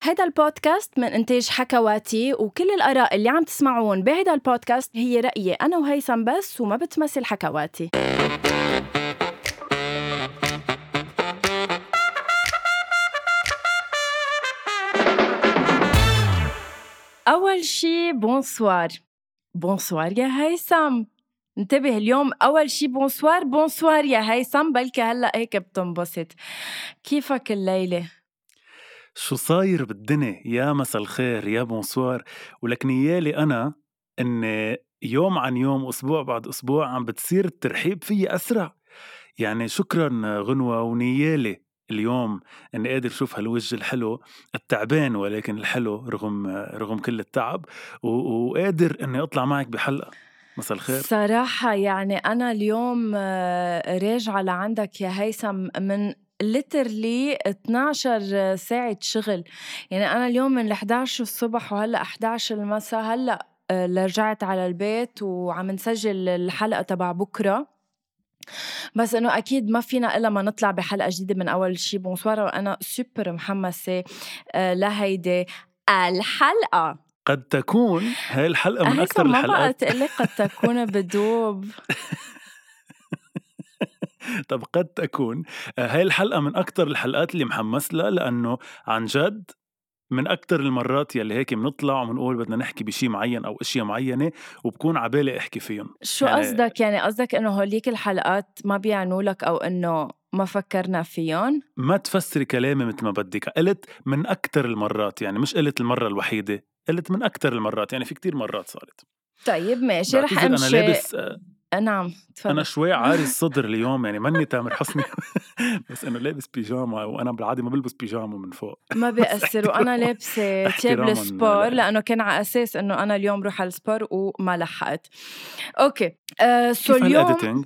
هيدا البودكاست من إنتاج حكواتي، وكل الآراء اللي عم تسمعون بهيدا البودكاست هي رأيي أنا وهيثم بس، وما بتمثل حكواتي. أول شي بونسوار يا هيثم، انتبه اليوم أول شي بونسوار يا هيثم، بلكي هلأ هيك بتنبسط. كيفك الليلة؟ شو صاير بالدنيا؟ يا مساء الخير، يا بونسوار. ولك نيالي أنا إن يوم عن يوم أسبوع بعد أسبوع عم بتصير الترحيب فيي أسرع. يعني شكرا غنوة، ونيالي اليوم إني قادر شوف هالوجه الحلو التعبان ولكن الحلو رغم كل التعب، وقادر إني أطلع معك بحلقة. مساء الخير. صراحة يعني أنا اليوم راجعة لعندك يا هيثم من literally 12 ساعة شغل. يعني أنا اليوم من 11 الصبح وهلأ 11 المساء، هلأ رجعت على البيت وعم نسجل الحلقة تبع بكرة. بس إنه أكيد ما فينا إلا ما نطلع بحلقة جديدة من أول شي بونسوار، وأنا سوبر محمسة لهيدي الحلقة. قد تكون هاي الحلقة من أكتر هيثم ما بقى الحلقات تقلي قد تكون بدوب. طب قد تكون هاي الحلقة من أكتر الحلقات اللي محمس لها، لأنه عن جد من أكتر المرات يلي هيك منطلع ومنقول بدنا نحكي بشي معين أو أشياء معينة وبكون عبالي أحكي فيهم. شو قصدك؟ يعني قصدك إنه هوليك الحلقات ما بيعنوا لك أو إنه ما فكرنا فيهم؟ ما تفسري كلامي مثل ما بدك. قلت من أكتر المرات، يعني مش قلت المرة الوحيدة، قلت من أكتر المرات، يعني في كتير مرات صارت. طيب ماشي، رح بعتذر، أنا أمشي. لابس نعم تفضل. أنا شوي عاري الصدر اليوم، يعني مني تامر حسني بس إنه لابس بيجاما، وأنا بالعادة ما بلبس بيجاما من فوق. ما بيأثر، وأنا لابسة تياب السبور لأنه كان على أساس إنه أنا اليوم روح على السبور وما لحقت. أوكي سو كيف اليوم هالإديتينج؟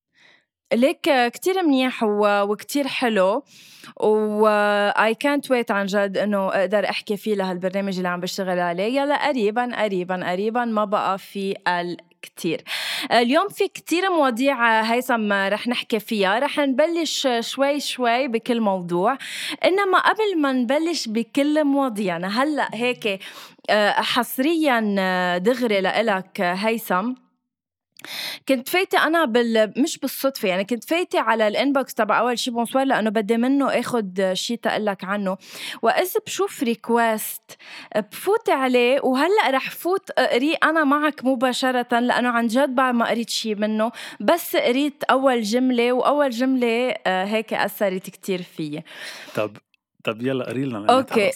ليك كتير منيح وكتير حلو، I can't wait عن جد إنه أقدر أحكي فيه لهالبرنامج اللي عم بشتغل عليه. يلا قريبا ما بقى في الكتير. اليوم في كتير مواضيع هيثم رح نحكي فيها. رح نبلش شوي بكل موضوع، إنما قبل ما نبلش بكل مواضيعنا هلأ هيك حصريا دغري لإلك هيثم، كنت فايتة أنا مش بالصدفة، يعني كنت فايتة على الانبوكس تبع أول شي بونسوار لأنه بدي منه أخد شي تقلك عنه، وإذا بشوف ريكوست بفوت عليه، وهلأ رح فوت قري أنا معك مباشرة لأنه عن جد بعد ما قريت شي منه، بس قريت أول جملة، وأول جملة هيك أثرت كتير فيي. طب يلا قريلنا. أوكي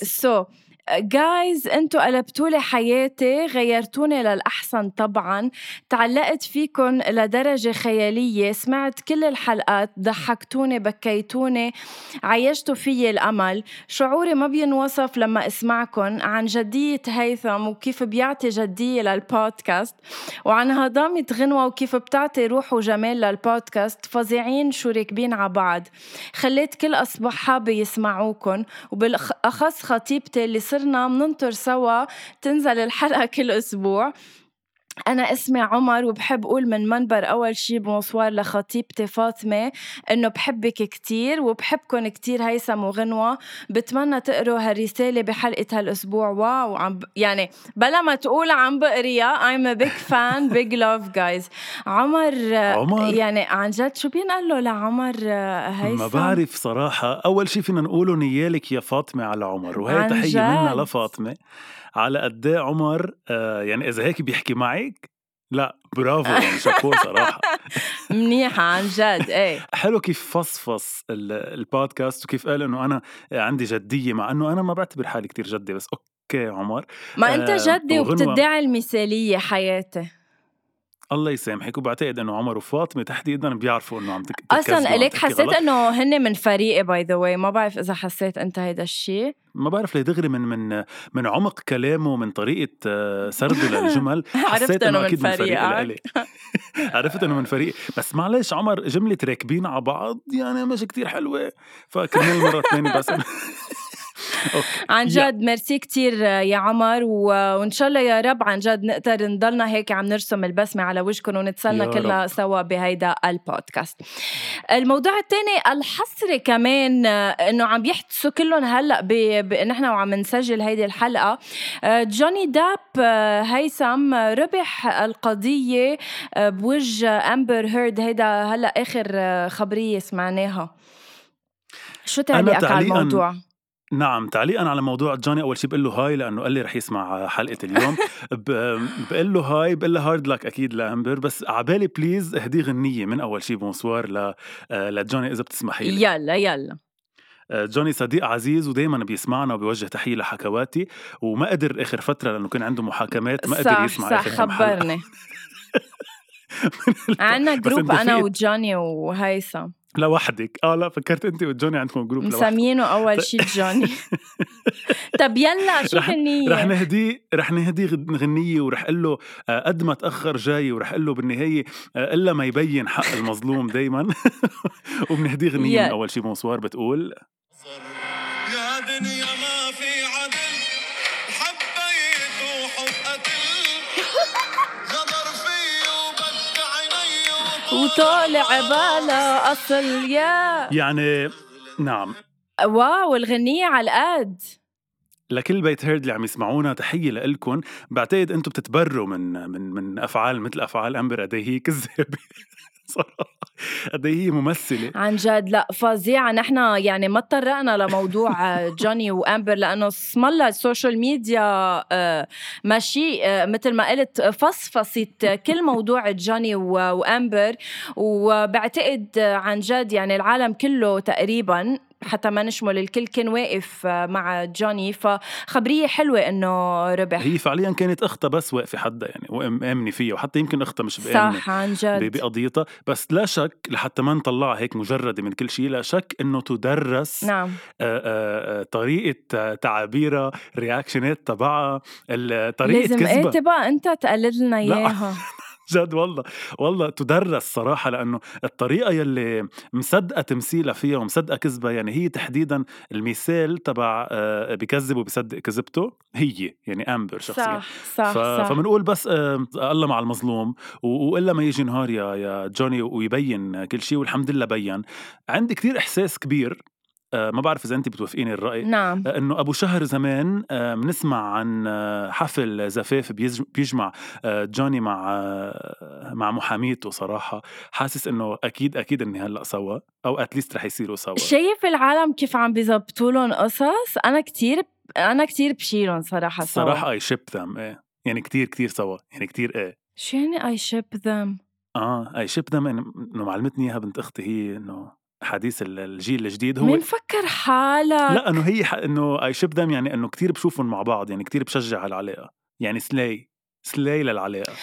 جايز، انتو قلبتولي حياتي، غيرتوني للأحسن طبعا، تعلقت فيكن لدرجة خيالية، سمعت كل الحلقات، ضحكتوني، بكيتوني، عيشتوا فيي الأمل، شعوري ما بينوصف لما اسمعكن، عن جدية هيثم وكيف بيعطي جدية للبودكاست، وعن هضامة غنوة وكيف بتعطي روح وجمال للبودكاست، فظيعين شو راكبين ع بعض، خليت كل أصحابي يسمعوكن، وبالأخص خطيبتي اللي صرنا مننطر سوا تنزل الحلقة كل أسبوع. أنا اسمي عمر، وبحب أقول من منبر أول شي بونسوار لخطيبتي فاطمة إنه بحبك كتير وبحبكن كتير هيثم وغنوة. بتمنى تقروا هالرسالة بحلقة هالأسبوع. واو، يعني بلا ما تقول عم بقريها. I'm a big fan, big love guys. عمر يعني عن جد شو بينقال له لعمر هيثم؟ ما بعرف صراحة. أول شي فينا نقوله نيالك يا فاطمة على عمر، وهي تحية منا لفاطمة. على قد ايه عمر يعني إذا هيك بيحكي معك، لا برافو، يعني شابو صراحة. منيحة عن جد. ايه حلو كيف فصفص البودكاست، وكيف قال إنه أنا عندي جدية، مع إنه أنا ما بعتبر حالي كتير جدي، بس أوكي عمر. ما أنت جدي وبتدعي المثالية حياتي. الله يسامحك. وبعتقد انه عمر وفاطمه تحديدا بيعرفوا انه عم اصلا ليك حسيت انه هن من فريقي باي ذا واي. ما بعرف اذا حسيت انت هيدا الشيء. ما بعرف ليه دغري من عمق كلامه، من طريقه سرده للجمل حسيت انه اكيد من فريقي. عرفت انه من فريق. بس معلش عمر، جمله راكبين على بعض يعني مش كتير حلوه، فكرمال مره ثانيه بس عن جد ميرسي كتير يا عمر، وإن شاء الله يا رب عن جد نقدر نضلنا هيك عم نرسم البسمة على وجهكم ونتسلى كلنا سوا بهيدا البودكاست. الموضوع الثاني الحصري كمان إنه عم يحدثوا كلهم هلأ نحن وعم نسجل هيدي الحلقة. جوني داب هيثم ربح القضية بوجه أمبر هيرد. هيدا هلأ آخر خبرية سمعناها. شو تعليقك على الموضوع؟ نعم، تعليقا على موضوع جوني، أول شيء بقول له هاي لأنه قال لي رح يسمع حلقة اليوم. بقول له هاي، بقول له هارد لك أكيد لأمبر، بس عبالي بليز اهدي غنية من أول شيء بونسوار لجوني إذا بتسمحي لي. يلا. جوني صديق عزيز ودايما بيسمعنا وبيوجه تحية لحكواتي، وما قدر آخر فترة لأنه كان عنده محاكمات ما قدر يسمع صح آخر كم حلقة. خبرني. عنا جروب أنا وجوني وهيثم لوحدك. لا فكرت انت وجوني عندكم جروب لوحدك مسمينه اول شيء جوني. طب يلا شو النية؟ رح نهدي غنية، ورح قل له قد ما تأخر جاي، ورح قل له بالنهاية إلا ما يبين حق المظلوم دايما. وبنهدي غنية من أول شيء بونسوار بتقول يا دنيا ما في عدل، حبيت وحب قتل، غدر في وبك عيني وطالع بالا أصل يعني نعم. واو الغنية على القد. لكل بيت هيرد اللي عم يسمعونا تحية لإلكن. بعتقد أنتم بتتبروا من أفعال مثل أفعال أمبر. قد هي كذابة صراحة، قد هي ممثلة عن جد. لا فظيعة. نحن يعني ما اضطرقنا لموضوع جوني وأمبر لأنه اسم الله السوشيال ميديا ماشي مثل ما قلت فصفصت كل موضوع جوني وأمبر. وبعتقد عن جد يعني العالم كله تقريبا حتى ما نشمل الكل كان واقف مع جوني. فخبرية حلوة إنه ربح. هي فعليا كانت أختها بس واقفة حدا يعني وآمنة فيها، وحتى يمكن أختها مش بآمنة صح عن جد بقضيتها. بس لا شك لحتى ما نطلعها هيك مجردة من كل شيء، لا شك إنه تدرس. نعم. طريقة تعابيرها، رياكشنات تبعها، طريقة كذبة. لازم تبقى أنت تقلد لنا إياها. جد والله تدرس صراحة، لأنه الطريقة يلي مصدقة تمثيلها فيها ومصدقة كذبة، يعني هي تحديدا المثال تبع بكذب وبصدق كذبته هي يعني أمبر شخصيا. صح. فمنقول بس الله مع المظلوم، وإلا ما يجي نهار يا جوني ويبين كل شيء، والحمد لله بيّن. عندي كتير إحساس كبير، ما بعرف إذا أنت بتوافقيني الرأي. نعم. إنه أبو شهر زمان بنسمع عن حفل زفاف بيجمع جوني مع محاميته. صراحة حاسس إنه أكيد إني هلأ سوا، أو أتليست رح يصيروا سوا. شايف العالم كيف عم بيزبطولن قصص. أنا كتير بشيلن صراحة سوا. صراحة I ship them. يعني كتير سوا، يعني كتير شو يعني I ship them؟ I ship them إنه معلمتني إياها بنت أختي، هي إنه حديث الجيل الجديد. هو مين فكر حالك؟ لا إنه هي إنه I ship them يعني إنه كتير بشوفهم مع بعض، يعني كتير بشجع العلاقة، يعني سلاي للعلاقة.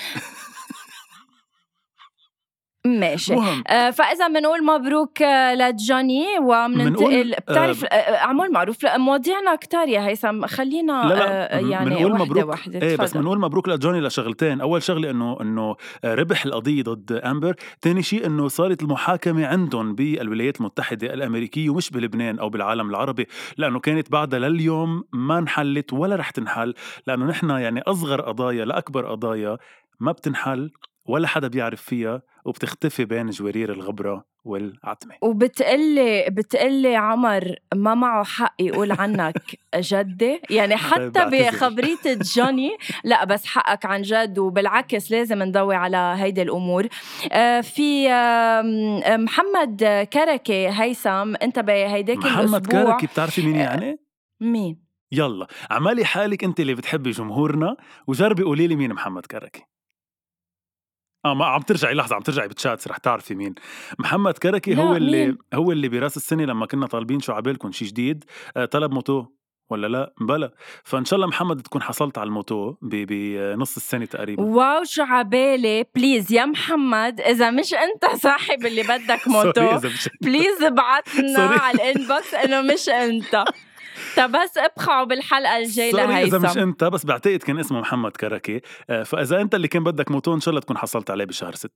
ماشي. فإذا منقول مبروك لجوني ومننتقل. بتعرف عمول معروف مواضيعنا كتار يا هيثم، خلينا لا يعني واحدة. بس منقول مبروك لجوني لشغلتين. أول شغلة إنه ربح القضية ضد أمبر. تاني شيء إنه صارت المحاكمة عندهم بالولايات المتحدة الأمريكية ومش بلبنان أو بالعالم العربي، لأنه كانت بعدها لليوم ما انحلت ولا رح تنحل، لأنه نحن يعني أصغر قضايا لأكبر قضايا ما بتنحل ولا حدا بيعرف فيها، وبتختفي بين جوارير الغبرة والعتمة. وبتقلي عمر ما معه حق يقول عنك جدي يعني حتى بخبرية جوني. لا بس حقك عن جد، وبالعكس لازم نضوي على هيدي الأمور. في محمد كركي هيثم انت بهيداك الأسبوع. محمد كركي بتعرفي مين يعني؟ مين؟ يلا عمالي حالك انت اللي بتحبي جمهورنا وجربي قولي لي مين محمد كركي. ما عم ترجعي لحظة، عم ترجعي بتشاتس رح تعرفي مين محمد كركي. هو اللي براس السنة لما كنا طالبين شو عبالكم شي جديد طلب موتو ولا لا بلا. فإن شاء الله محمد تكون حصلت على الموتو بنص السنة تقريبا. واو شو عبالي. بليز يا محمد إذا مش أنت صاحب اللي بدك موتو بليز ابعتنا على الانبوكس إنه مش أنت. بس ابخعوا بالحلقة الجاية لهيثم. إذا مش أنت، بس بعتقد كان اسمه محمد كركي. فإذا أنت اللي كان بدك موتو إن شاء الله تكون حصلت عليه بشهر 6.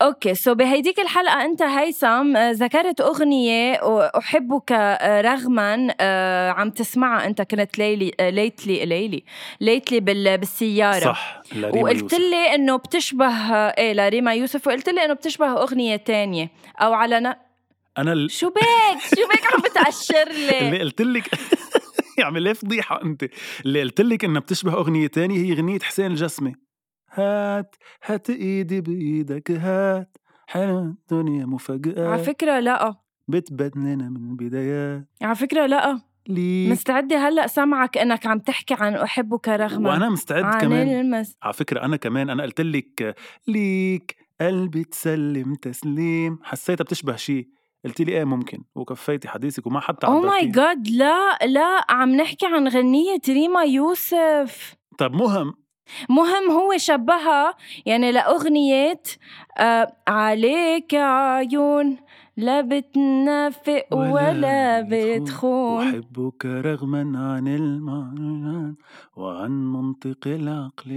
اوكي سو بهيديك الحلقة انت هيثم ذكرت اغنية احبك رغما عم تسمعها انت كنت ليتلي بالسيارة صح لريما وقلت يوسف. لي انه بتشبه لريما يوسف وقلت لي انه بتشبه اغنية تانية او على انا شو بك عم بتأشر لي اللي قلت لك يعمل ليه فضيحة انت. اللي قلت لك انها بتشبه اغنية تانية هي اغنية حسين الجسمي. هات ايدي بايدك هات حلو الدنيا مفاجأة على فكرة لا بتبدلنا من البدايات على فكرة لا ليك. مستعدة هلأ سمعك انك عم تحكي عن احبك رغما وانا مستعد عن كمان على فكرة. انا كمان انا قلت لك ليك قلبي تسلم تسليم حسيتها بتشبه شيء قلت لي ايه ممكن وكفيتي حديثك وما حتى او ماي عبرتي. جاد لا عم نحكي عن غنية ريما يوسف. طب مهم هو شبهها يعني لأغنية عليك عيون لا بتنافق ولا بتخون أحبك رغما عن المعنى وعن منطق العقل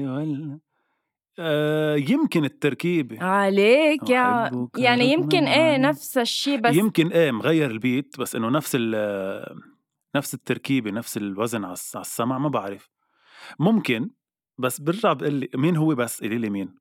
يمكن التركيبة عليك أحبك يعني يمكن رغماً نفس الشي بس يمكن مغير البيت بس إنه نفس التركيبة نفس الوزن على السمع ما بعرف ممكن. بس برجع بقول لي مين هو بس قولي لي مين.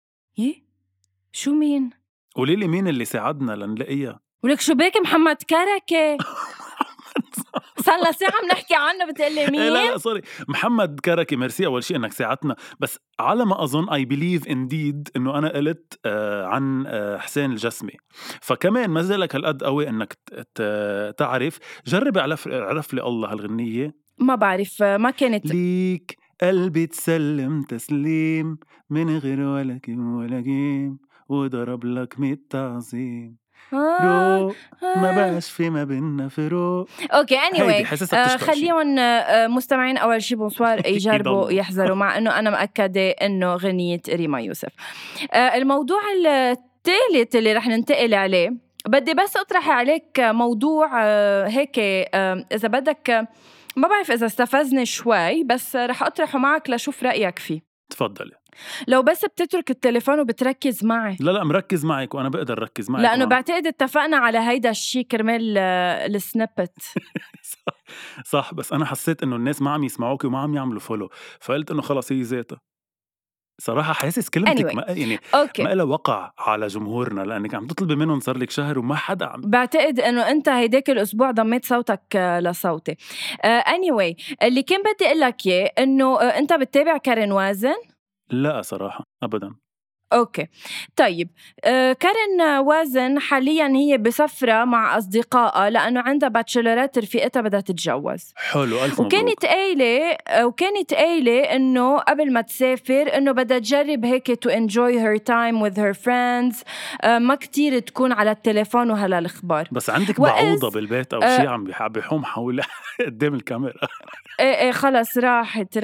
شو مين؟ قولي لي مين اللي ساعدنا لنلاقيها. ولك شو بك محمد كركة صار لنا ساعة عم نحكي عنه بتقلي مين؟ لا سوري محمد كركي ميرسي أول شيء إنك ساعدتنا بس على ما أظن I believe indeed إنه أنا قلت عن حسين الجسمي فكمان ما زالك هالقد قوي إنك تعرف. جرب عرف لي الله هالغنية. ما بعرف ما كانت ليك قلبي تسلم تسليم من غير ولا كيم ولا جيم وضرب لك 100 تعظيم روق ما بقاش في ما بيننا فروق. اوكي anyway خليهم مستمعين اول شي بونسوار يجربوا يحذروا مع انه انا مأكدة انه غنية ريما يوسف. الموضوع الثالث اللي رح ننتقل عليه بدي بس اطرح عليك موضوع هيك اذا بدك ما بعرف اذا استفزني شوي بس رح اطرحه معك لشوف رأيك فيه. تفضلي. لو بس بتترك التليفون وبتركز معي. لا مركز معك وانا بقدر ركز معك لانه بعتقد اتفقنا على هيدا الشيء كرمال السنيبت. صح بس انا حسيت انه الناس ما عم يسمعوك وما عم يعملوا فولو فقلت انه خلص هي ذاتها. صراحة حاسس كلمتك ما إلها وقع على جمهورنا لأنك عم تطلبي منهم صار لك شهر وما حدا عم. بعتقد إنه أنت هيداك الأسبوع ضميت صوتك لصوتي. anyway اللي كان بدي أقول لك إياه إنه أنت بتتابع كارين وازن؟ لا صراحة أبداً. أوكي طيب كارين وازن حالياً هي بسفرة مع أصدقائها لأنه عندها باتشلورات رفيقتها بدها تتجوز. حلو ألف مبروك. وكانت قايلة إنه قبل ما تسافر إنه بدها تجرب هيك to enjoy her time with her friends ما كتير تكون على التليفون وهلا الأخبار. بس عندك بعوضة بالبيت أو شيء عم بيحوم حول قدام الكاميرا. إيه خلص راحت.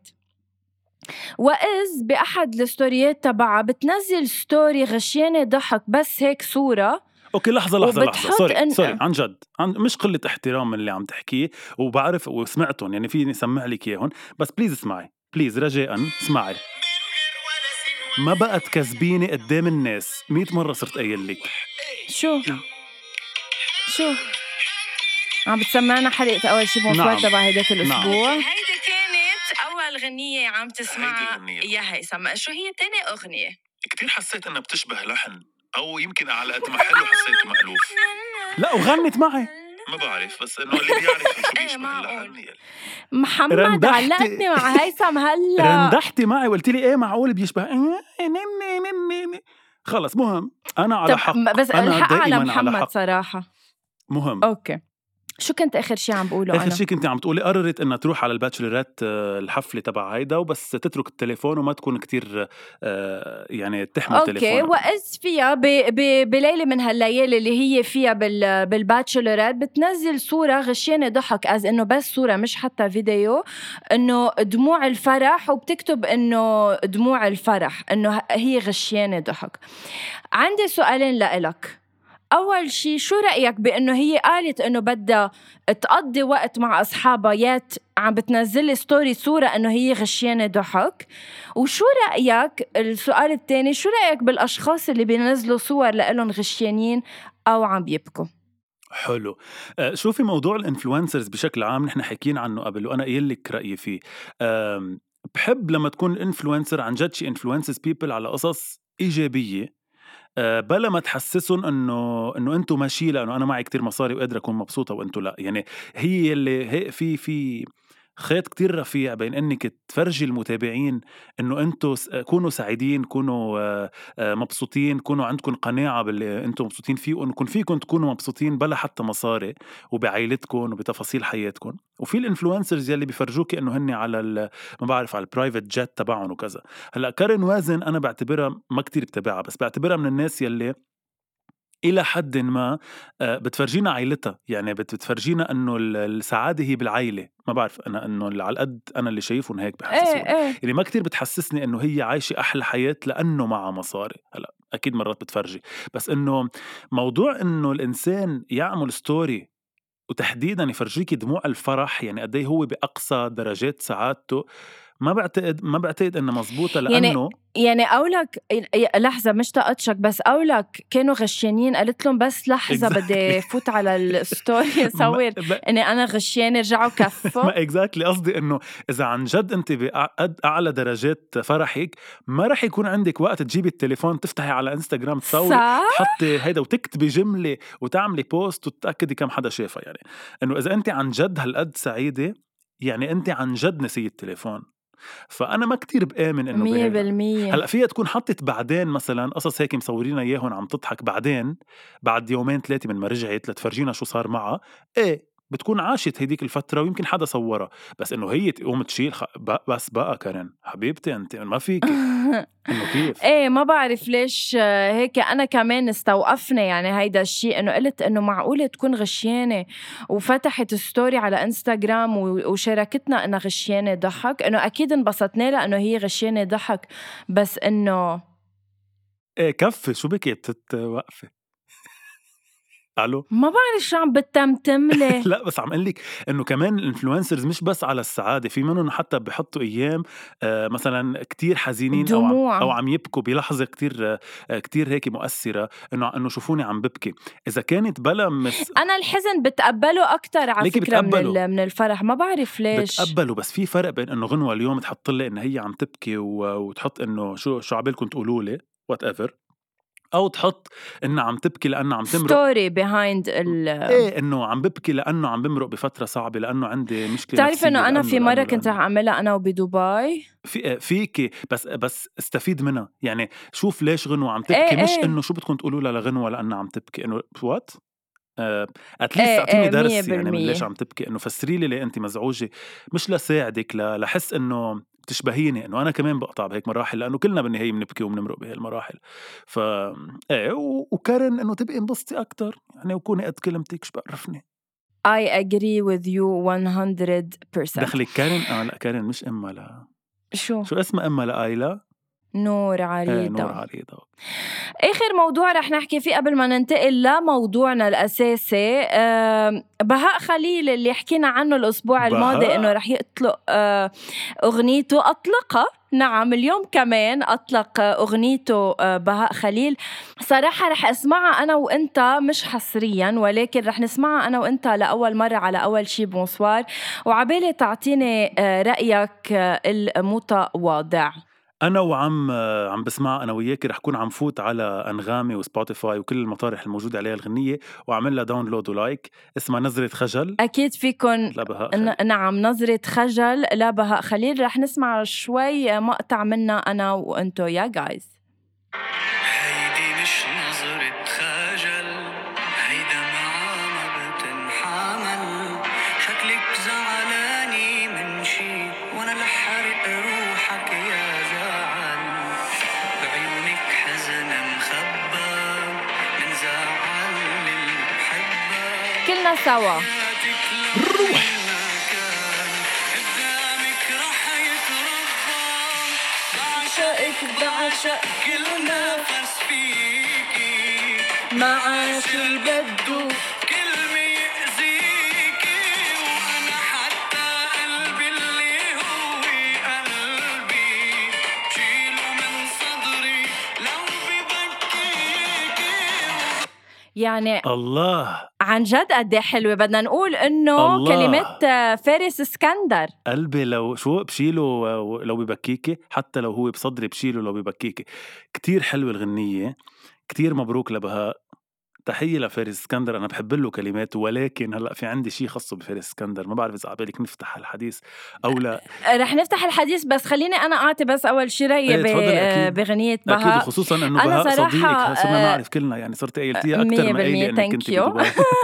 وإذ بأحد الستوريات تبعها بتنزل ستوري غشيانة ضحك بس هيك صورة. اوكي لحظة سوري عن جد مش قلة احترام من اللي عم تحكيه وبعرف وسمعتهم يعني فيني سمع لك اياهم بس بليز اسمعي بليز رجاء اسمعي. ما بقى تكذبيني قدام الناس 100 مرة صرت قايل لك. شو عم بتسمعنا حلقة أول شي بونسوار تبع هيداك الأسبوع. هيدي كانت أول غنية عم تسمعها يا هيثم. شو هي تاني أغنية؟ كتير حسيت إنها بتشبه لحن أو يمكن على قد ما حلو حسيت مألوف. لا وغنت معي ما بعرف بس إنه اللي بيعرف شو بيشبه اللحن. محمد علقتني مع هيثم هلا رندحتي معي وقلت لي إيه معقول بيشبه خلص مهم أنا على حق بس أنا الحق على محمد على حق. صراحة مهم. أوكي شو كنت آخر شي عم بقوله؟ آخر شي كنت عم تقولي قررت إنها تروح على الباتشلرات الحفلة تبع هيدا وبس تترك التليفون وما تكون كتير يعني تحمل تليفون. أوكي وإذ فيها بليلة من هالليالي اللي هي فيها بالباتشلرات بتنزل صورة غشيانة ضحك إنه بس صورة مش حتى فيديو إنه دموع الفرح وبتكتب إنه دموع الفرح إنه هي غشيانة ضحك. عندي سؤالين لإلك. أول شي شو رأيك بأنه هي قالت أنه بدها تقضي وقت مع أصحابها يات عم بتنزل ستوري صورة أنه هي غشيانة ضحك؟ وشو رأيك السؤال الثاني، شو رأيك بالأشخاص اللي بينزلوا صور لإلهم غشيانين أو عم بيبكوا؟ حلو. شوفي موضوع الانفلونسرز بشكل عام نحن حكينا عنه قبل وأنا قايل لك رأيي فيه. بحب لما تكون الانفلونسر عن جد شي انفلونسز بيبل على قصص إيجابية، بلا ما تحسسهم انه انتم ماشي لانه انا معي كتير مصاري وقادر اكون مبسوطه وانتم لا. يعني هي اللي هي في خيط كتير رفيع بين انك تفرجي المتابعين انه انتم كونوا سعيدين، كونوا مبسوطين، كونوا عندكم قناعه باللي انتم مبسوطين فيه، وانكم فيكم تكونوا مبسوطين بلا حتى مصاري وبعائلتكم وبتفاصيل حياتكم. وفي الانفلونسرز يلي بيفرجوك انه هن على ما بعرف على البرايفت جيت تبعهم وكذا. هلا كارين وازن انا بعتبرها ما كتير بتابعها، بس بعتبرها من الناس يلي إلى حد ما بتفرجينا عائلتها. يعني بتفرجينا إنه السعادة هي بالعائلة. ما بعرف أنا إنه على القد أنا اللي شايفهم هيك بحسسوني. يعني ما كتير بتحسسني إنه هي عايشة أحلى حياة لأنه معها مصاري. هلا أكيد مرات بتفرجي، بس إنه موضوع إنه الإنسان يعمل ستوري وتحديدا يفرجيكي دموع الفرح، يعني قديه هو بأقصى درجات سعادته، ما بعتقد إنه مزبوطة. لأنه يعني أولك لحظة مش تقطشك، بس أولك كانوا غشيانين قالت لهم بس لحظة بدي فوت على الستوري صور إني أنا غشيانة، رجعوا كفوا. ما إكزاكتلي قصدي إنه إذا عن جد أنت بقد أعلى درجات فرحك ما رح يكون عندك وقت تجيبي التليفون تفتحي على انستغرام تصوري تحطي هيدا وتكتبي جملة وتعملي بوست وتتأكدي كم حدا شافها. يعني إنه إذا أنت عن جد هالقد سعيدة يعني أنت عن جد نسي التليفون. فأنا ما كتير بآمن إنه 100%. هلأ فيها تكون حطت بعدين مثلا قصص هيك مصورينا إياهن عم تضحك بعدين بعد يومين ثلاثة من ما رجعت لتفرجينا شو صار معها. إيه بتكون عاشت هيديك الفترة ويمكن حدا صورها، بس إنه هي تقوم تشيل بس بقى كارين حبيبتي أنت ما فيك إنه كيف. إيه ما بعرف ليش هيك أنا كمان استوقفني يعني هيدا الشيء، إنه قلت إنه معقولة تكون غشيانة وفتحت ستوري على انستغرام وشاركتنا إنها غشيانة ضحك. إنه أكيد انبسطنا لها إنه هي غشيانة ضحك، بس إنه إيه كفي شو بكي بتتوقفي ألو ما بعرف شو عم بتمتملي. لا بس عم قلك انه كمان الانفلونسرز مش بس على السعاده، في منهم حتى بحطوا ايام مثلا كتير حزينين او عم يبكوا بلحظه كتير هيك مؤثره، انه شوفوني عم ببكي. اذا كانت بلا انا الحزن بتقبله اكتر على فكره من الفرح، ما بعرف ليش بتقبله. بس في فرق بين انه غنوه اليوم تحط لي ان هي عم تبكي وتحط انه شو عبالكم تقولوا لي وات ايفر، أو تحط إنه عم تبكي لأنه عم تمرق ستوري بيهايند إيه إنه عم ببكي لأنه عم بمرق بفترة صعبة، لأنه عندي مشكلة تعرف إنه أنا في مرة كنت رح أعملها أنا وبدبي فيكي بس استفيد منها. يعني شوف ليش غنوة عم تبكي، مش إنه شو بدكم تقولوا لها لغنوة لأنه عم تبكي إنه وات أتليست أعطيني درس يعني من ليش عم تبكي. إنه فسريلي ليه أنت مزعوجة، مش لساعدك لحس إنه تشبهيني إنه أنا كمان بقطع بهيك مراحل، لأنه كلنا بالنهاية بنبكي وبنمرق بهي المراحل. إيه وكارن إنه تبقي انبسطي أكتر يعني وكوني قد كلمتك شو بعرفني. I agree with you 100%. دخلك كارن لا كارن مش إما لا شو اسمها إما لآيلا نور عريضة. نور عريضة. آخر موضوع رح نحكي فيه قبل ما ننتقل لموضوعنا الأساسي، بهاء خليل اللي حكينا عنه الأسبوع الماضي إنه رح يطلق أغنيته، أطلقها نعم اليوم كمان أطلق أغنيته بهاء خليل. صراحة رح أسمعها أنا وإنت مش حصريا، ولكن رح نسمعها أنا وإنت لأول مرة على أول شي بونسوار، وعبالي تعطيني رأيك المتواضع. أنا وعم بسمع أنا وياك رح كون عم فوت على أنغامي وسبوتيفاي وكل المطارح الموجودة عليها الغنية وعمل لها داونلود ولايك. اسمها نظرة خجل. أكيد فيكن نعم نظرة خجل لبهاء خليل. رح نسمع شوي مقطع منها أنا وأنتو يا جايز. هيدي مش نظرة خجل، هيدا معانا بتنحمل، شكلك زعلاني من شي وانا لحرق روحك يا زعل، بعيونك حزن مخبى من زعل المحبة، كلنا سوا روح بعشق كل نفس فيكي ما عاش البدو كلمة يأذيكي وأنا حتى قلبي اللي هو قلبي شيله من صدري لو ببكيكي. يعني الله عن جد قد إيه حلوة. بدنا نقول إنه الله. كلمات فارس اسكندر. قلبي لو شو بشيله لو ببكيكي، حتى لو هو بصدري بشيله لو ببكيكي. كتير حلوة الغنية، كتير مبروك لبهاء. تحية لفارس اسكندر، أنا بحب له كلماته. ولكن هلأ في عندي شيء خاصه بفارس اسكندر، ما بعرف إذا عبالك نفتح الحديث أو لا. رح نفتح الحديث، بس خليني أنا أعطي بس أول شي رأيي تفضلي. أكيد بغنية أكيد، بهاء. وخصوصا إنه أنا بهاء صراحة صديقك، صرنا نعرف كلنا، يعني صرت قايلتيها أكتر ما قايلة إنك كنت بدبي.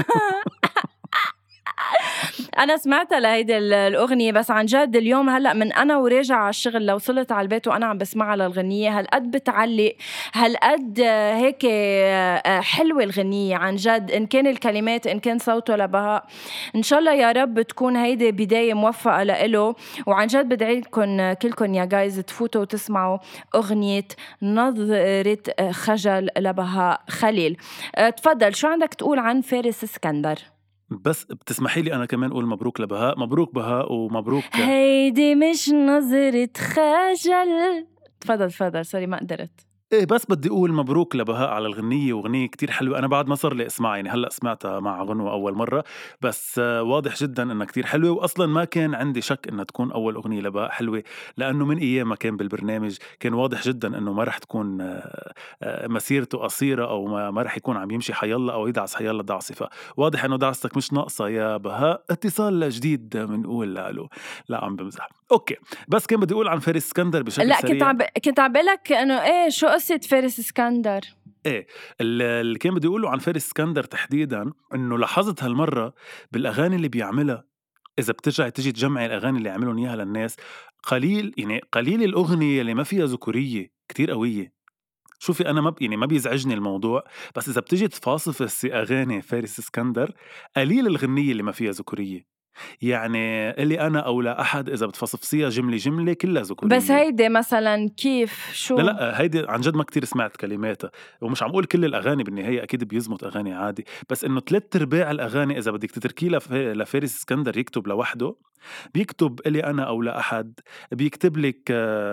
أنا سمعتها لهيدي الأغنية، بس عن جد اليوم هلأ من أنا وراجع على الشغل لو وصلت على البيت وأنا عم بسمعها للغنية، هالقد بتعلق، هالقد هيك حلوة الغنية عن جد. إن كان الكلمات إن كان صوته لبهاء، إن شاء الله يا رب تكون هيدي بداية موفقة لإله. وعن جد بدعي لكم كلكم يا جايز تفوتوا وتسمعوا أغنية نظرة خجل لبهاء خليل. تفضل، شو عندك تقول عن فارس اسكندر؟ بس بتسمحي لي أنا كمان أقول مبروك لبهاء. مبروك بهاء ومبروك. هيدي مش نظرة خجل. تفضل سوري ما قدرت. إيه، بس بدي أقول مبروك لبهاء على الغنية، وغنية كتير حلوة. أنا بعد ما صار لي اسمع، يعني هلأ سمعتها مع غنوة أول مرة، بس واضح جدا إنها كتير حلوة. وأصلا ما كان عندي شك إنها تكون أول أغنية لبهاء حلوة، لأنه من أيام ما كان بالبرنامج كان واضح جدا إنه ما رح تكون مسيرته قصيرة، أو ما رح يكون عم يمشي حيالله أو يدعس حيالله دعسة. فواضح إنه دعستك مش ناقصة يا بهاء. اتصال جديد بنقول له. لا عم بمزح. أوكي، بس كان بدي أقول عن فارس اسكندر بشكل لا سريع. كنت عم بالك إنه إيه شو قصة فارس اسكندر. ايه اللي كان بدي اقوله عن فارس اسكندر تحديدا، انه لاحظت هالمره بالاغاني اللي بيعملها، اذا تجي تجمعي الاغاني اللي عملهم اياها للناس، قليل الاغنيه اللي ما فيها ذكوريه كتير قويه. شوفي انا ما بيزعجني الموضوع، بس اذا بتجي تفاصفي اغاني فارس اسكندر، قليل الغنيه اللي ما فيها ذكوريه. يعني اللي أنا أو لا أحد إذا بتفصفصيها جملة كلها ذكورية. بس هيدي مثلا كيف شو؟ لا هيدي عن جد ما كتير سمعت كلماتها، ومش عم أقول كل الأغاني بالنهاية، أكيد بيزمت أغاني عادي، بس إنه 3/4 الأغاني إذا بدك تتركيه لفارس اسكندر يكتب لوحده، بيكتب إلي أنا أو لا أحد، بيكتب لك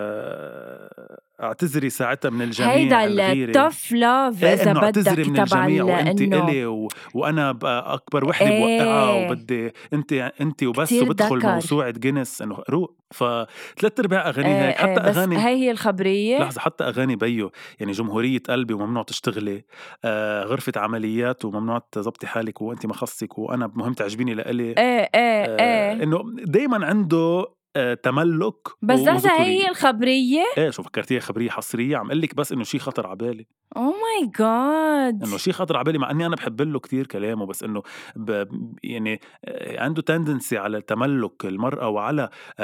اعتذري ساعتها من الجميع، هيدا التوف لاف إذا بدك اعتذري من الجميع وانت إلي وانا اكبر وحده بوقعها، وبدي انت وبس، وبدخل موسوعه جينيس انه روق. ف3/4 اغاني هيك. حتى اغاني هي الخبريه. لحظه، حتى اغاني بيو يعني جمهوريه قلبي وممنوع تشتغلي، غرفه عمليات وممنوع تزبطي حالك وانت ما خصك وانا مهم تعجبيني لإلي. انه دايما عنده تملك. بس لحظة، هي الخبرية؟ ايه شو فكرتيها خبرية حصرية؟ عم قلك بس انه شي خطر عبالي. اوه ماي جاد، انه شي خطر عبالي، مع اني انا بحب له كتير كلامه، بس انه يعني عنده تندنسي على التملك المرأة وعلى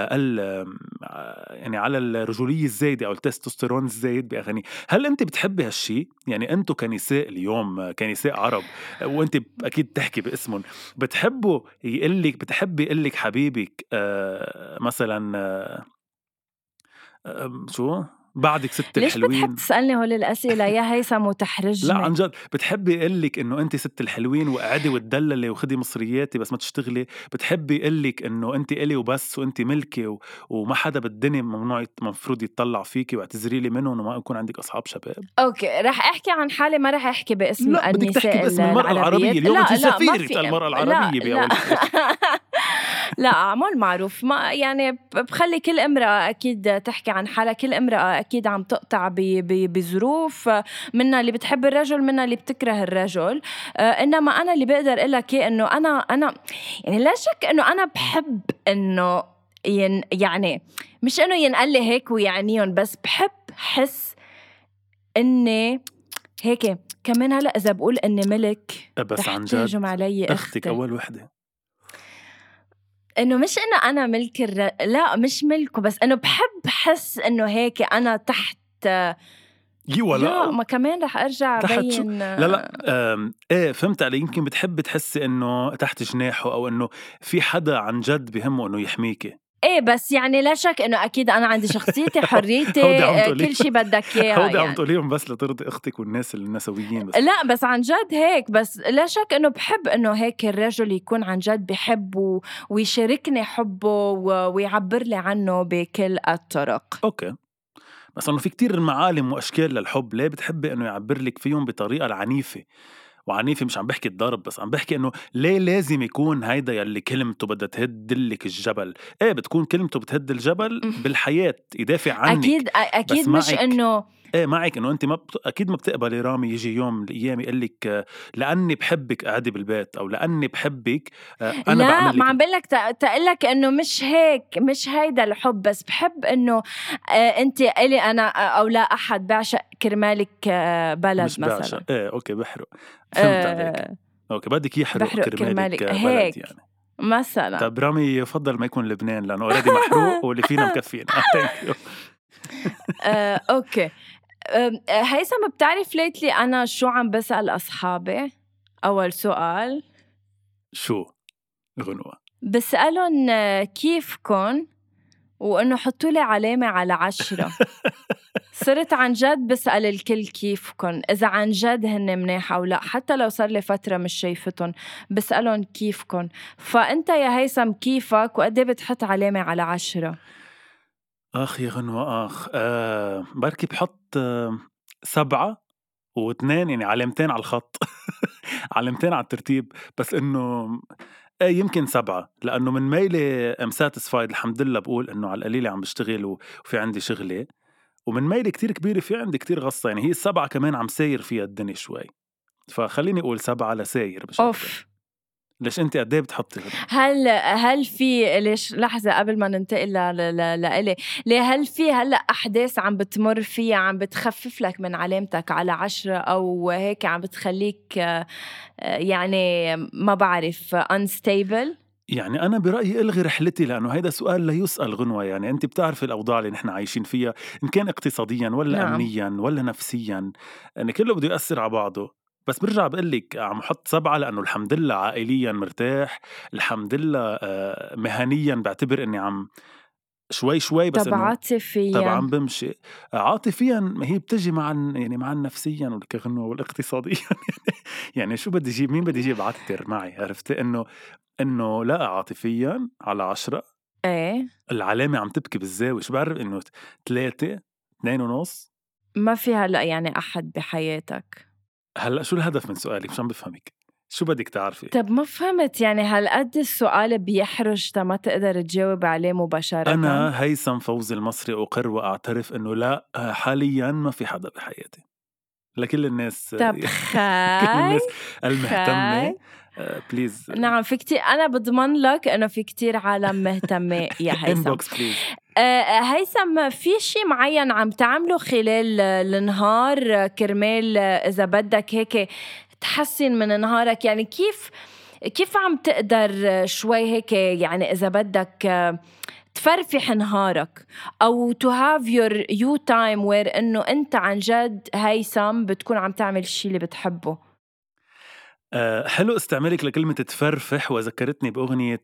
يعني على الرجولية الزايدة او التستوستيرون الزايد باغاني. هل انت بتحبي هالشي؟ يعني انتو كنساء اليوم، كنساء عرب، وانت اكيد تحكي باسمهم، بتحبوا يقلك، بتحبي يقلك حبيبك مثلا شو بعدك ست الحلوين؟ ليش بتحب تسألني هول الأسئلة يا هيثم وتحرجني؟ لا عن جد بتحبي يقلك انه انت ست الحلوين وقعدي وتدللي وخدي مصرياتي بس ما تشتغلي؟ بتحبي يقلك انه انت إلي وبس وانت ملكي وما حدا بالدنيا مفروض يتطلع فيكي واعتذري لي منهم وما يكون عندك اصحاب شباب؟ اوكي، رح احكي عن حالي، ما رح احكي باسم لا النساء. بدك تحكي باسم المرأة العربية اليوم. انت سفيرة المرأة العربية لا. لا عمول معروف، ما يعني بخلي كل امرأة أكيد تحكي عن حالها. كل امرأة أكيد عم تقطع بظروف، منها اللي بتحب الرجل منها اللي بتكره الرجل. إنما أنا اللي بقدر أقولك إنه أنا يعني لا شك إنه أنا بحب إنه يعني مش إنه ينقل لي هيك ويعنيهم، بس بحب حس إني هيك كمان. هلأ إذا بقول إني ملك بس عن جد علي أختك أول وحدة، إنه مش إنه أنا ملك لا مش ملكه، بس إنه بحب حس إنه هيك أنا تحت لا ما كمان رح أرجع بين لا إيه فهمت علي. يمكن بتحب تحسي إنه تحت جناحه، أو إنه في حدا عن جد بهمه إنه يحميكي. ايه بس يعني لا شك انه اكيد انا عندي شخصيتي حريتي هودي عم تقولي. كل شيء بدك اياه هودي عم يعني. تقوليهم بس لترضي اختك والناس النسويين بس. لا بس عن جد هيك، بس لا شك انه بحب انه هيك الرجل يكون عن جد بحب ويشاركني حبه ويعبر لي عنه بكل الطرق. اوكي، بس انه في كتير معالم واشكال للحب، ليه بتحبي انه يعبر لك فيهم بطريقه العنيفه؟ وعنيفة مش عم بحكي الضرب، بس عم بحكي انه ليه لازم يكون هيدا يلي كلمته بدها تهد لك الجبل؟ ايه بتكون كلمته بتهد الجبل بالحياة، يدافع عنك. اكيد مش انه ايه معك انه انت اكيد ما بتقبلي رامي يجي يوم من الايام يقول لك لاني بحبك قاعدي بالبيت، او لاني بحبك انا لا بعمل لك. ما عم بقول لك تقلك انه مش هيك، مش هيدا الحب، بس بحب انه انت الي انا او لا احد بعشق كرمالك بلد مش مثلا. بعشق. ايه اوكي بحرق، فهمت عليك. اوكي بدك يحرق كرمالك بلد هيك يعني مثلا. طب رامي يفضل ما يكون لبنان لانه اوريدي محروق واللي فينا مكفينا. اوكي. هيثم بتعرف ليتلي انا شو عم بسأل اصحابي؟ اول سؤال شو غنوة؟ بسألهم كيفكن، وانه حطوا لي علامة على 10. صرت عن جد بسأل الكل كيفكن، اذا عن جد هن منيح او لا، حتى لو صار لي فترة مش شايفتهم بسألهم كيفكن. فانت يا هيثم كيفك وقدي بتحط علامة على 10؟ اخ يا غنوة اخ بركي بحط 7 و2 يعني علامتين على الخط. علامتين على الترتيب، بس انه يمكن 7 لانه من ميلي ساتيسفايد الحمد لله، بقول انه على القليلة عم بشتغل وفي عندي شغلة، ومن ميلي كتير كبيرة في عندي كتير غصة، يعني هي 7 كمان عم ساير فيها الدنيا شوي، فخليني اقول 7 لساير. مش اوف. ليش انت قد ايه بتحطي؟ هل في ليش لحظة قبل ما ننتقل لإلي، ليه هل في هلا أحداث عم بتمر فيها عم بتخفف لك من علامتك على 10، أو هيك عم بتخليك يعني ما بعرف unstable؟ يعني أنا برأيي إلغي رحلتي، لأنه هيدا سؤال لا يسأل غنوة. يعني أنت بتعرف الأوضاع اللي نحن عايشين فيها، إن كان اقتصاديا ولا نعم. أمنيا ولا نفسيا، يعني كله بده يأثر على بعضه. بس برجع بقلك عم حط 7 لأنه الحمد لله عائليا مرتاح، الحمد لله مهنيا بعتبر إني عم شوي بس طب عاطفيا؟ طبعا بمشي. عاطفيا هي بتجي مع يعني مع نفسيا والكغنوة والاقتصاديا. يعني شو بدي اجيب؟ مين بدي اجيب عتر معي؟ عرفت انه لا عاطفيا على 10. ايه العلامة عم تبكي بالزاوية. شو بعرف انه 3 2.5. ما في هلا يعني أحد بحياتك؟ هلا شو الهدف من سؤالي؟ مش عم بفهمك، شو بدك تعرفي؟ طب ما فهمت، يعني هالقد السؤال بيحرج ما تقدر تجاوب عليه مباشرة؟ أنا هيثم فوزي المصري أقر وأعترف إنه لا حالياً ما في حدا بحياتي. لكل الناس طب كل الناس المهتمة بليز. نعم في كتير، أنا بضمن لك إنه في كتير عالم مهتمة يا هيثم. inbox بليز. هيثم في شي معين عم تعمله خلال النهار كرمال إذا بدك هيك تحسن من نهارك؟ يعني كيف عم تقدر شوي هيك يعني إذا بدك تفرفح نهارك، أو to have your you time where إنه أنت عن جد هيثم بتكون عم تعمل الشي اللي بتحبه؟ حلو استعمالك لكلمة تفرفح، وذكرتني بأغنية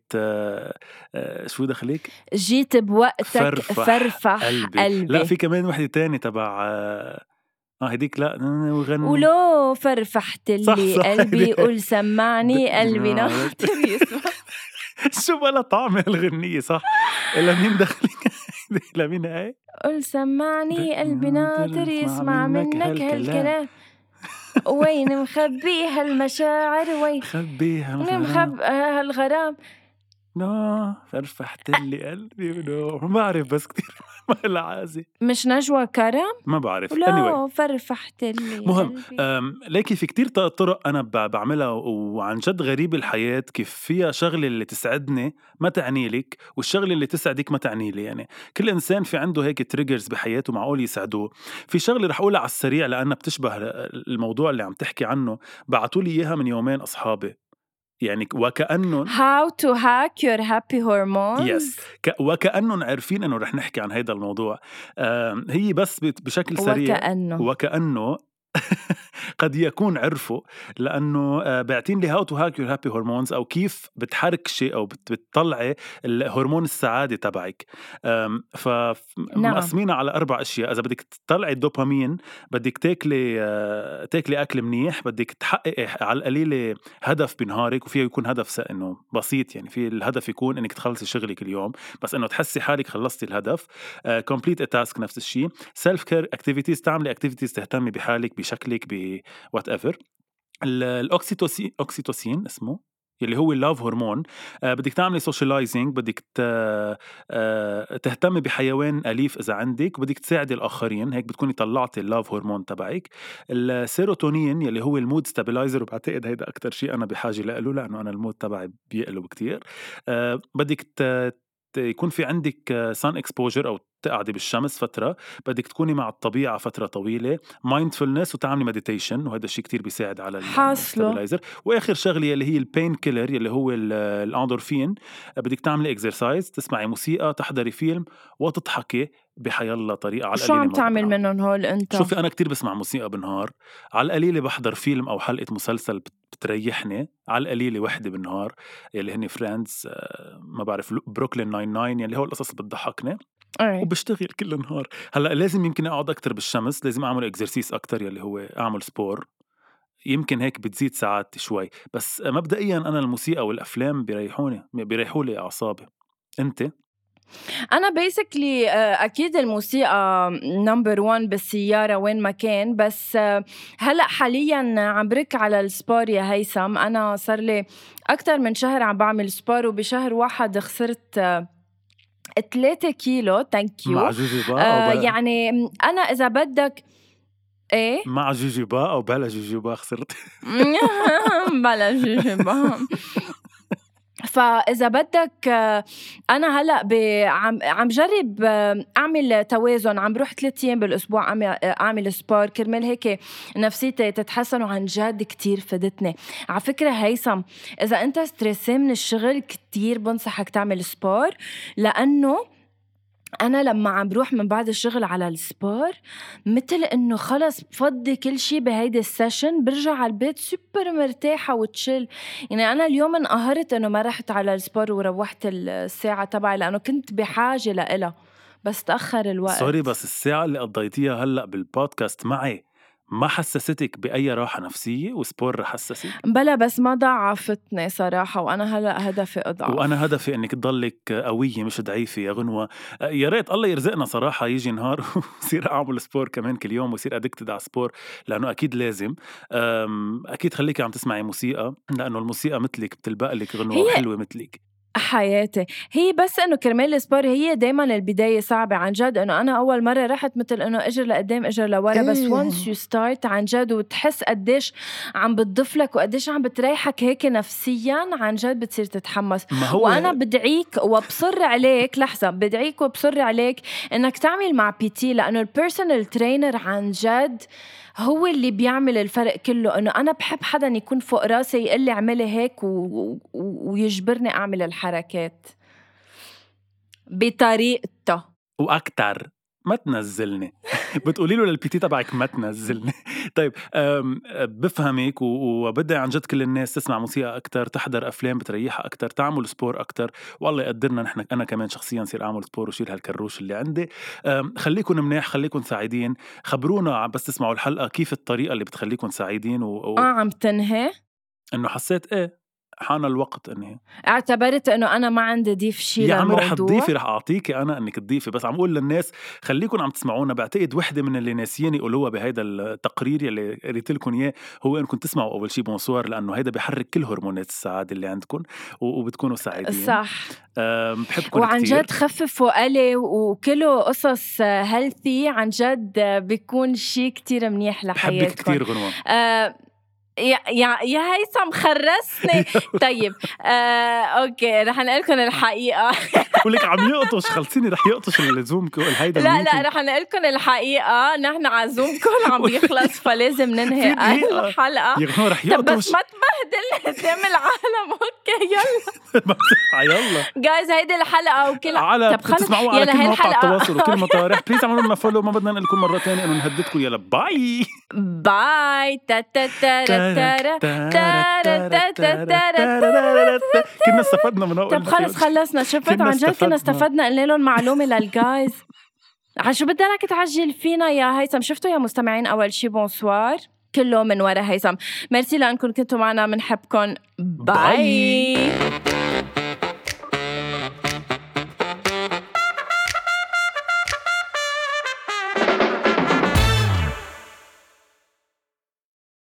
شو دخليك؟ جيت بوقتك فرفح قلبي. لا في كمان وحدة تاني تبع هديك لا وغني ولو فرفحت لي قلبي قول سمعني قلبي ناطر يسمع. شو بلا طعم الغنية صح؟ إلا مين دخلك؟ إلا مين هاي؟ قول سمعني قلبي ناطر يسمع منك هالكلام. وين مخبي هالمشاعر؟ وين خبيها هالغرام؟ فرفحت لي قلبي ما بعرف بس كتير ما عازي. مش نجوى كرم؟ ما بعرف. لا فرفحت لي مهم لكن في كتير طرق أنا بعملها، وعن جد غريب الحياة كيف فيها شغلة اللي تسعدني ما تعني لك، والشغلة اللي تسعدك ما تعني لي. يعني كل إنسان في عنده هيك تريجرز بحياته معقول يسعدوه. في شغلة رح أقولها على السريع لأنها بتشبه الموضوع اللي عم تحكي عنه، بعتولي إياها من يومين أصحابي، يعني وكأنهم How to hack your happy hormones. yes. وكأنهم عارفين أنه رح نحكي عن هيدا الموضوع. هي بس بشكل سريع وكأنه قد يكون عرفوا، لأنه بيعطين لي how to hack your happy hormones، أو كيف بتحركشي أو بتطلعي الهرمون السعادة تبعك. نعم. فمقسمينها على 4 أشياء. إذا بدك تطلعي الدوبامين بدك تاكلي أكل منيح، بدك تحققي على القليلة هدف بنهارك، وفيه يكون هدف إنه بسيط، يعني في الهدف يكون إنك تخلصي شغلك اليوم، بس إنه تحسي حالك خلصتي الهدف. complete a task نفس الشيء. self care activities، تعملي activities تهتمي بحالك بشكلك whatever. الأوكسيتوسين اسمه، اللي هو اللاف هرمون. بدك تعملي سوشيالايزنج، بدك تهتمي بحيوان أليف إذا عندك، وبدك تساعدي الآخرين، هيك بتكوني طلعتي اللاف هرمون تبعك. السيروتونين اللي هو المود ستابلايزر، وبعتقد هيدا أكتر شيء أنا بحاجة له، لأنه أنا المود تبعي بيقلب كتير. بدك يكون في عندك sun exposure أو تقعدي بالشمس فترة، بدك تكوني مع الطبيعة فترة طويلة، mindfulness، وتعملي meditation، وهذا الشيء كتير بيساعد على الستابلايزر. وآخر شغلة اللي هي البين كيلر اللي هو الأندورفين، بدك تعملي exercise، تسمعي موسيقى، تحضري فيلم، وتضحكي بحيالله طريقة. على شو عم تعمل منهم هول أنت؟ شوفي أنا كتير بسمع موسيقى بالنهار، على القليلة بحضر فيلم أو حلقة مسلسل بتريحني، على القليلة وحدة بالنهار اللي هني فريندز، ما بعرف بروكلين 99، يعني هو القصص اللي بتضحكني. وبشتغل كل النهار. هلأ لازم يمكن أقعد أكتر بالشمس، لازم أعمل إكزرسيس أكتر يلي هو أعمل سبور، يمكن هيك بتزيد ساعات شوي. بس مبدئيا أنا الموسيقى والأفلام بيريحولي أعصابي. أنت؟ أنا basically أكيد الموسيقى number one بالسيارة وين ما كان. بس هلأ حالياً عم برك على السبور يا هيثم. أنا صار لي أكتر من شهر عم بعمل سبور، وبشهر واحد خسرت 3 كيلو. thank you. مع جوجوبا أو بلا؟ يعني أنا إذا بدك إيه مع جوجوبا أو بلا جوجوبا خسرت؟ بلا جوجوبا. فإذا بدك أنا هلأ عم جرب أعمل توازن. عم بروح 3 أيام بالأسبوع أعمل سبور كرمال هيك نفسيتي تتحسن، وعن جد كتير فدتني. على فكرة هيثم، إذا أنت ستريسي من الشغل كتير بنصحك تعمل سبور، لأنه أنا لما عم بروح من بعد الشغل على السبور مثل إنه خلص بفضي كل شي بهيدا السيشن، برجع على البيت سوبر مرتاحة وتشل. يعني أنا اليوم انقهرت إنه ما رحت على السبور وروحت الساعة تبعي، لأنه كنت بحاجة لإلها بس تأخر الوقت. سوري، بس الساعة اللي قضيتيها هلأ بالبودكاست معي ما حسستك بأي راحة نفسية؟ وسبور رح حسسك؟ بلا، بس ما ضعفتني صراحة. وأنا هلأ هدفي أضعف. وأنا هدفي إنك تضلك قوية مش ضعيفة يا غنوة. يا ريت الله يرزقنا صراحة يجي نهار وصير أعمل سبور كمان كل يوم، وصير أدكتد على سبور، لأنه أكيد لازم. أكيد خليكي عم تسمعي موسيقى، لأنه الموسيقى مثلك بتلبق غنوة حلوة مثلك حياتي. هي بس انه كرمال السبور هي دايما البداية صعبة عن جد. انه انا اول مرة رحت مثل انه اجر لقدام اجر لورا، بس once you start عن جد وتحس قديش عم بتضيف لك وقديش عم بتريحك هيك نفسيا، عن جد بتصير تتحمس. وانا بدعيك وبصر عليك، لحظة، بدعيك وبصر عليك انك تعمل مع بي-تي، لانه البيرسونال ترينر عن جد هو اللي بيعمل الفرق كله. انه انا بحب حدا يكون فوق راسي يقول لي اعملي هيك ويجبرني اعمل الحركات بطريقته. واكتر ما تنزلني بتقولي له للبي-تي تبعك ما تنزلني. طيب بفهمك، وبدي عن جد كل الناس تسمع موسيقى أكتر، تحضر أفلام بتريحها أكتر، تعمل سبور أكتر. والله يقدرنا نحن، أنا كمان شخصيا صير أعمل سبور وشيل هالكروش اللي عندي. خليكن منيح، خليكن سعيدين. خبرونا بس تسمعوا الحلقة كيف الطريقة اللي بتخليكن سعيدين. عم تنهي إنه حسيت حان الوقت اني اعتبرت انه انا ما عندي ضيف شيء للموضوع. يا عمي رح تضيفي، رح اعطيكي انا انك تضيفي، بس عم اقول للناس خليكن عم تسمعونا. بعتقد وحده من اللي ناسيين يقولوها بهيدا التقرير اللي قريت لكم اياه هو انكم تسمعوا اول شيء بونسوار، لانه هيدا بيحرك كل هرمونات السعاده اللي عندكم وبتكونوا سعيدين. صح. بحبكم وعن كتير. جد خففوا قلي وكله قصص هيلثي، عن جد بيكون شيء كتير منيح لحياتكم. بحبك كتير غنوة. يا هيثم خرسني. طيب اوكي رح نقلكم الحقيقة. ولك عم يقطش، خلصيني رح يقطش الزوم كول هيدا. لا رح نقلكم الحقيقة، نحن عزوم كل عم بيخلص فلازم ننهي الحلقة. يا رح يقطش بس ما تبهدل قدام العالم. اوكي يلا جايز هيدي الحلقة وكل على تسمعوها على كل مواقع التواصل وكل مطارح. بليز اعملوا لنا فولو، ما بدنا نقول لكم مرة تانية انه نهددكم. يلا باي باي. كنا استفدنا من طب خلص خلصنا. شفت عن جد كنا استفدنا، قلنا لهم معلومة للجايز. شو بدك تعجل فينا يا هيثم؟ شفتوا يا مستمعين؟ أول شي بونسوار كله من ورا هيثم. ميرسي لأنكم كنتوا معنا، منحبكم. باي.